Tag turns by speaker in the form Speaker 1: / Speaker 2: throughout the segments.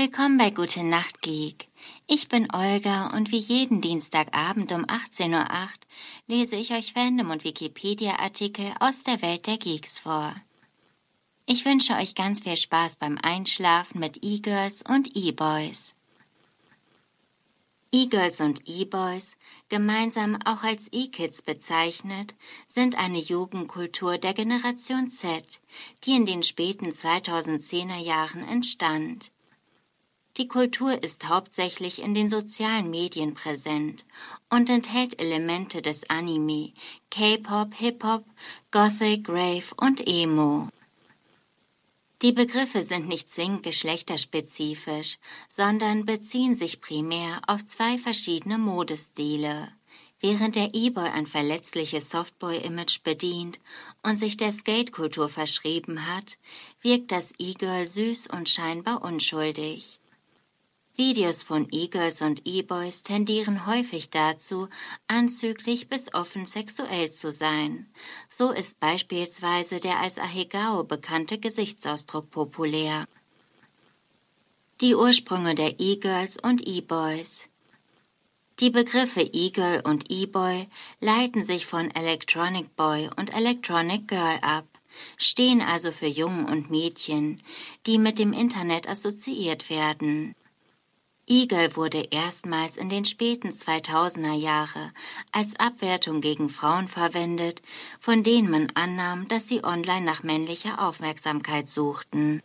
Speaker 1: Willkommen bei Gute Nacht Geek. Ich bin Olga und wie jeden Dienstagabend um 18:08 Uhr lese ich euch Fandom- und Wikipedia-Artikel aus der Welt der Geeks vor. Ich wünsche euch ganz viel Spaß beim Einschlafen mit E-Girls und E-Boys. E-Girls und E-Boys, gemeinsam auch als E-Kids bezeichnet, sind eine Jugendkultur der Generation Z, die in den späten 2010er Jahren entstand. Die Kultur ist hauptsächlich in den sozialen Medien präsent und enthält Elemente des Anime, K-Pop, Hip-Hop, Gothic, Rave und Emo. Die Begriffe sind nicht zwingend geschlechterspezifisch, sondern beziehen sich primär auf zwei verschiedene Modestile. Während der E-Boy ein verletzliches Softboy-Image bedient und sich der Skate-Kultur verschrieben hat, wirkt das E-Girl süß und scheinbar unschuldig. Videos von E-Girls und E-Boys tendieren häufig dazu, anzüglich bis offen sexuell zu sein. So ist beispielsweise der als Ahegao bekannte Gesichtsausdruck populär. Die Ursprünge der E-Girls und E-Boys. Die Begriffe E-Girl und E-Boy leiten sich von Electronic Boy und Electronic Girl ab, stehen also für Jungen und Mädchen, die mit dem Internet assoziiert werden. E-Girl wurde erstmals in den späten 2000er Jahre als Abwertung gegen Frauen verwendet, von denen man annahm, dass sie online nach männlicher Aufmerksamkeit suchten.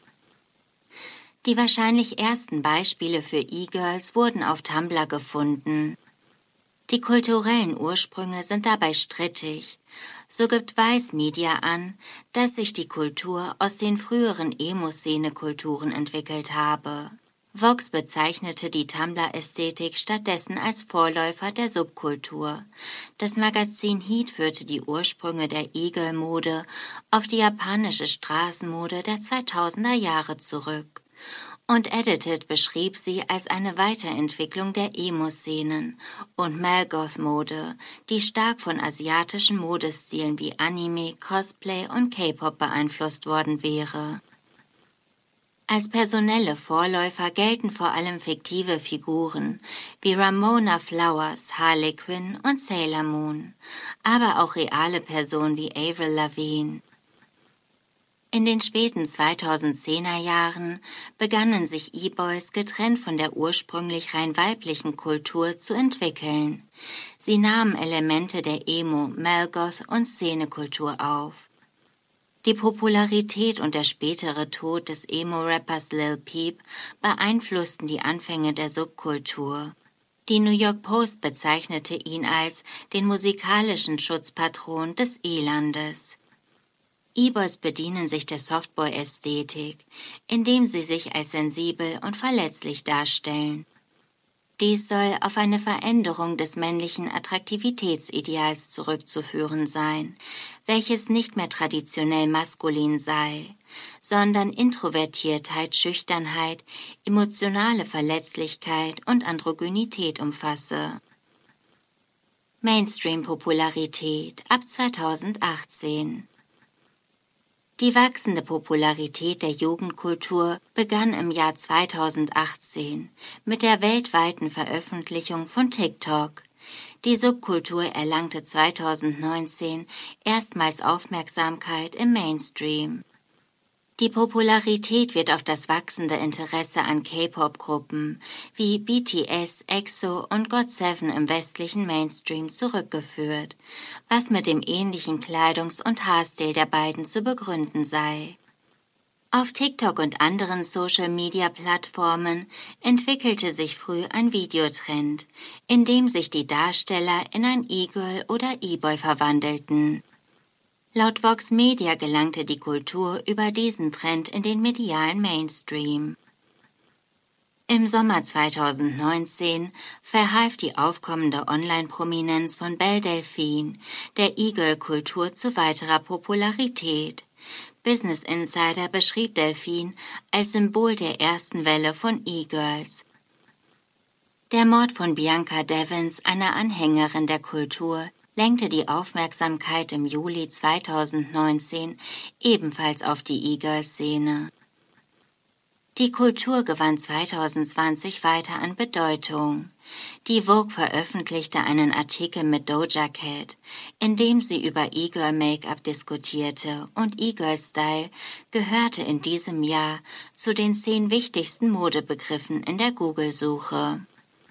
Speaker 1: Die wahrscheinlich ersten Beispiele für E-Girls wurden auf Tumblr gefunden. Die kulturellen Ursprünge sind dabei strittig. So gibt Vice Media an, dass sich die Kultur aus den früheren Emo-Szene-Kulturen entwickelt habe. Vox bezeichnete die Tumblr-Ästhetik stattdessen als Vorläufer der Subkultur. Das Magazin Heat führte die Ursprünge der E-Girl-Mode auf die japanische Straßenmode der 2000er Jahre zurück. Und Edited beschrieb sie als eine Weiterentwicklung der Emo-Szenen und Malgoth-Mode, die stark von asiatischen Modestilen wie Anime, Cosplay und K-Pop beeinflusst worden wäre. Als personelle Vorläufer gelten vor allem fiktive Figuren wie Ramona Flowers, Harley Quinn und Sailor Moon, aber auch reale Personen wie Avril Lavigne. In den späten 2010er Jahren begannen sich E-Boys getrennt von der ursprünglich rein weiblichen Kultur zu entwickeln. Sie nahmen Elemente der Emo-, Malgoth- und Szenekultur auf. Die Popularität und der spätere Tod des Emo-Rappers Lil Peep beeinflussten die Anfänge der Subkultur. Die New York Post bezeichnete ihn als den musikalischen Schutzpatron des E-Landes. E-Boys bedienen sich der Softboy-Ästhetik, indem sie sich als sensibel und verletzlich darstellen. Dies soll auf eine Veränderung des männlichen Attraktivitätsideals zurückzuführen sein, welches nicht mehr traditionell maskulin sei, sondern Introvertiertheit, Schüchternheit, emotionale Verletzlichkeit und Androgynität umfasse. Mainstream-Popularität ab 2018. Die wachsende Popularität der Jugendkultur begann im Jahr 2018 mit der weltweiten Veröffentlichung von TikTok. Die Subkultur erlangte 2019 erstmals Aufmerksamkeit im Mainstream. Die Popularität wird auf das wachsende Interesse an K-Pop-Gruppen wie BTS, EXO und GOT7 im westlichen Mainstream zurückgeführt, was mit dem ähnlichen Kleidungs- und Haarstil der beiden zu begründen sei. Auf TikTok und anderen Social-Media-Plattformen entwickelte sich früh ein Videotrend, in dem sich die Darsteller in ein E-Girl oder E-Boy verwandelten. Laut Vox Media gelangte die Kultur über diesen Trend in den medialen Mainstream. Im Sommer 2019 verhalf die aufkommende Online-Prominenz von Belle Delphine der E-Girl-Kultur zu weiterer Popularität. Business Insider beschrieb Delphine als Symbol der ersten Welle von E-Girls. Der Mord von Bianca Devins, einer Anhängerin der Kultur, lenkte die Aufmerksamkeit im Juli 2019 ebenfalls auf die E-Girl-Szene. Die Kultur gewann 2020 weiter an Bedeutung. Die Vogue veröffentlichte einen Artikel mit Doja Cat, in dem sie über E-Girl-Make-up diskutierte, und E-Girl-Style gehörte in diesem Jahr zu den 10 wichtigsten Modebegriffen in der Google-Suche.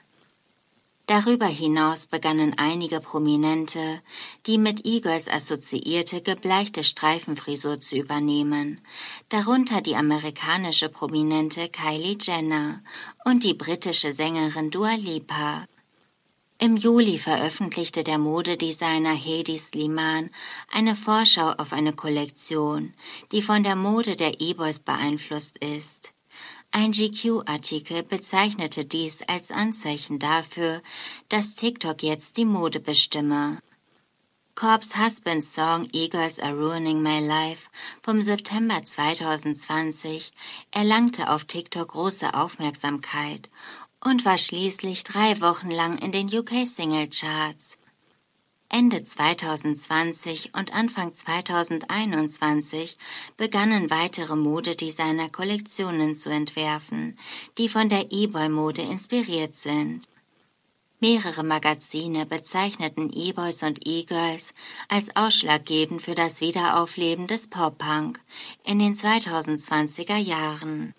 Speaker 1: Darüber hinaus begannen einige Prominente, die mit E-Girls assoziierte gebleichte Streifenfrisur zu übernehmen, darunter die amerikanische Prominente Kylie Jenner und die britische Sängerin Dua Lipa. Im Juli veröffentlichte der Modedesigner Hedi Slimane eine Vorschau auf eine Kollektion, die von der Mode der E-Boys beeinflusst ist. Ein GQ-Artikel bezeichnete dies als Anzeichen dafür, dass TikTok jetzt die Mode bestimme. Corpse Husbands Song E-Girls Are Ruining My Life vom September 2020 erlangte auf TikTok große Aufmerksamkeit und war schließlich 3 Wochen lang in den UK-Single-Charts. Ende 2020 und Anfang 2021 begannen weitere Modedesigner Kollektionen zu entwerfen, die von der E-Boy-Mode inspiriert sind. Mehrere Magazine bezeichneten E-Boys und E-Girls als ausschlaggebend für das Wiederaufleben des Pop-Punk in den 2020er Jahren.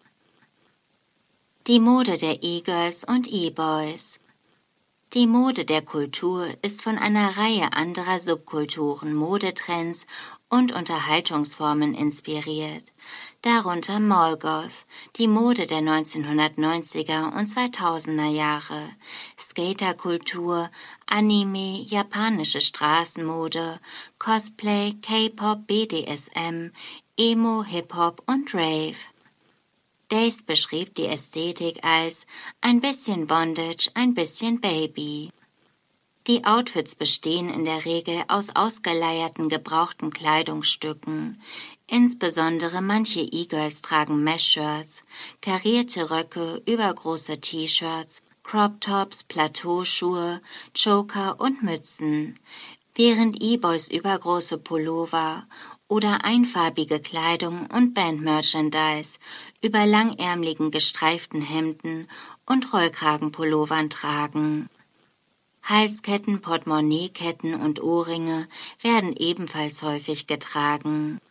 Speaker 1: Die Mode der E-Girls und E-Boys. Die Mode der Kultur ist von einer Reihe anderer Subkulturen, Modetrends und Unterhaltungsformen inspiriert, darunter Mallgoth, die Mode der 1990er und 2000er Jahre, Skaterkultur, Anime, japanische Straßenmode, Cosplay, K-Pop, BDSM, Emo, Hip-Hop und Rave. Days beschrieb die Ästhetik als ein bisschen Bondage, ein bisschen Baby. Die Outfits bestehen in der Regel aus ausgeleierten gebrauchten Kleidungsstücken. Insbesondere manche E-Girls tragen Mesh-Shirts, karierte Röcke, übergroße T-Shirts, Crop-Tops, Plateauschuhe, Choker und Mützen, während E-Boys übergroße Pullover oder einfarbige Kleidung und Band-Merchandise über langärmeligen gestreiften Hemden und Rollkragenpullovern tragen. Halsketten, Portemonnaieketten und Ohrringe werden ebenfalls häufig getragen.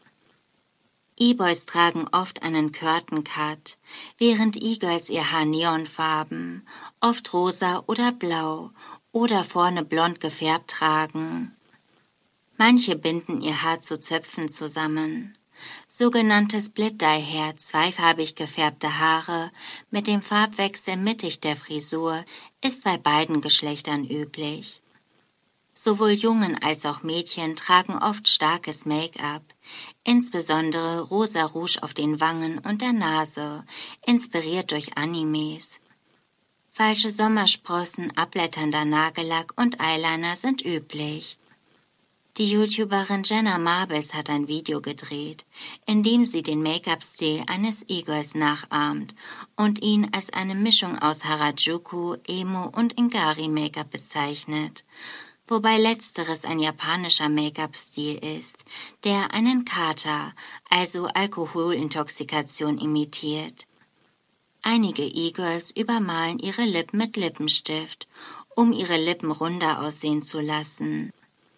Speaker 1: E-Boys tragen oft einen Curtain Cut, während E-Girls ihr Haar neonfarben, oft rosa oder blau oder vorne blond gefärbt tragen. Manche binden ihr Haar zu Zöpfen zusammen. Sogenanntes Split-Dye-Hair, zweifarbig gefärbte Haare mit dem Farbwechsel mittig der Frisur, ist bei beiden Geschlechtern üblich. Sowohl Jungen als auch Mädchen tragen oft starkes Make-up, insbesondere rosa Rouge auf den Wangen und der Nase, inspiriert durch Animes. Falsche Sommersprossen, abblätternder Nagellack und Eyeliner sind üblich. Die YouTuberin Jenna Marbles hat ein Video gedreht, in dem sie den Make-up-Stil eines E-Girls nachahmt und ihn als eine Mischung aus Harajuku, Emo und Ingari-Make-up bezeichnet, wobei letzteres ein japanischer Make-up-Stil ist, der einen Kater, also Alkoholintoxikation, imitiert. Einige E-Girls übermalen ihre Lippen mit Lippenstift, um ihre Lippen runder aussehen zu lassen.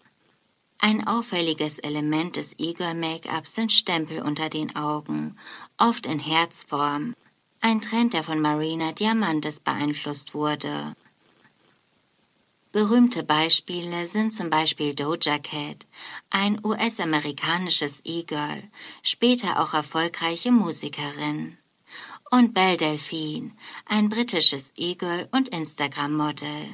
Speaker 1: Ein auffälliges Element des E-Girl-Make-ups sind Stempel unter den Augen, oft in Herzform, ein Trend, der von Marina Diamantis beeinflusst wurde. Berühmte Beispiele sind zum Beispiel Doja Cat, ein US-amerikanisches E-Girl, später auch erfolgreiche Musikerin, und Belle Delphine, ein britisches E-Girl und Instagram-Model.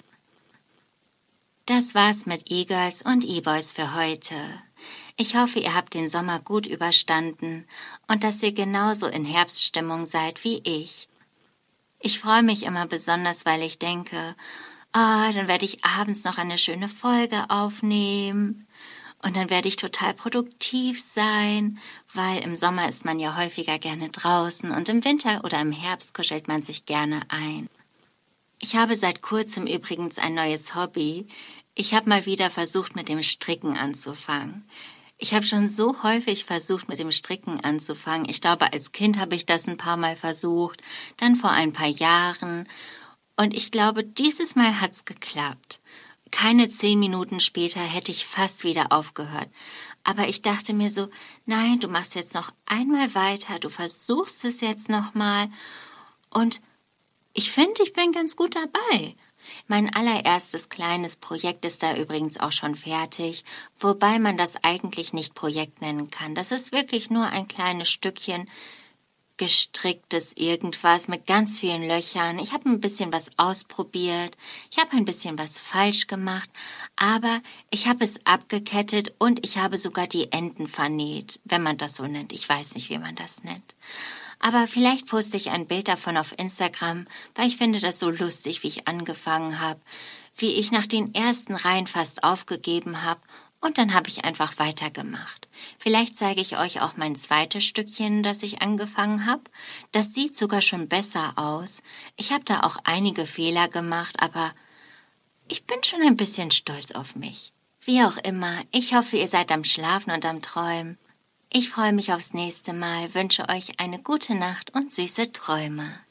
Speaker 1: Das war's mit E-Girls und E-Boys für heute. Ich hoffe, ihr habt den Sommer gut überstanden und dass ihr genauso in Herbststimmung seid wie ich. Ich freue mich immer besonders, weil ich denke, dann werde ich abends noch eine schöne Folge aufnehmen und dann werde ich total produktiv sein, weil im Sommer ist man ja häufiger gerne draußen und im Winter oder im Herbst kuschelt man sich gerne ein. Ich habe seit kurzem übrigens ein neues Hobby. Ich habe mal wieder versucht, mit dem Stricken anzufangen. Ich habe schon so häufig versucht, mit dem Stricken anzufangen. Ich glaube, als Kind habe ich das ein paar Mal versucht, dann vor ein paar Jahren. Und ich glaube, dieses Mal hat's geklappt. Keine 10 Minuten später hätte ich fast wieder aufgehört. Aber ich dachte mir so, nein, du machst jetzt noch einmal weiter, du versuchst es jetzt nochmal. Und ich finde, ich bin ganz gut dabei. Mein allererstes kleines Projekt ist da übrigens auch schon fertig, wobei man das eigentlich nicht Projekt nennen kann. Das ist wirklich nur ein kleines Stückchen gestricktes irgendwas mit ganz vielen Löchern. Ich habe ein bisschen was ausprobiert, ich habe ein bisschen was falsch gemacht, aber ich habe es abgekettet und ich habe sogar die Enden vernäht, wenn man das so nennt. Ich weiß nicht, wie man das nennt. Aber vielleicht poste ich ein Bild davon auf Instagram, weil ich finde das so lustig, wie ich angefangen habe, wie ich nach den ersten Reihen fast aufgegeben habe und dann habe ich einfach weitergemacht. Vielleicht zeige ich euch auch mein zweites Stückchen, das ich angefangen habe. Das sieht sogar schon besser aus. Ich habe da auch einige Fehler gemacht, aber ich bin schon ein bisschen stolz auf mich. Wie auch immer, ich hoffe, ihr seid am Schlafen und am Träumen. Ich freue mich aufs nächste Mal, wünsche euch eine gute Nacht und süße Träume.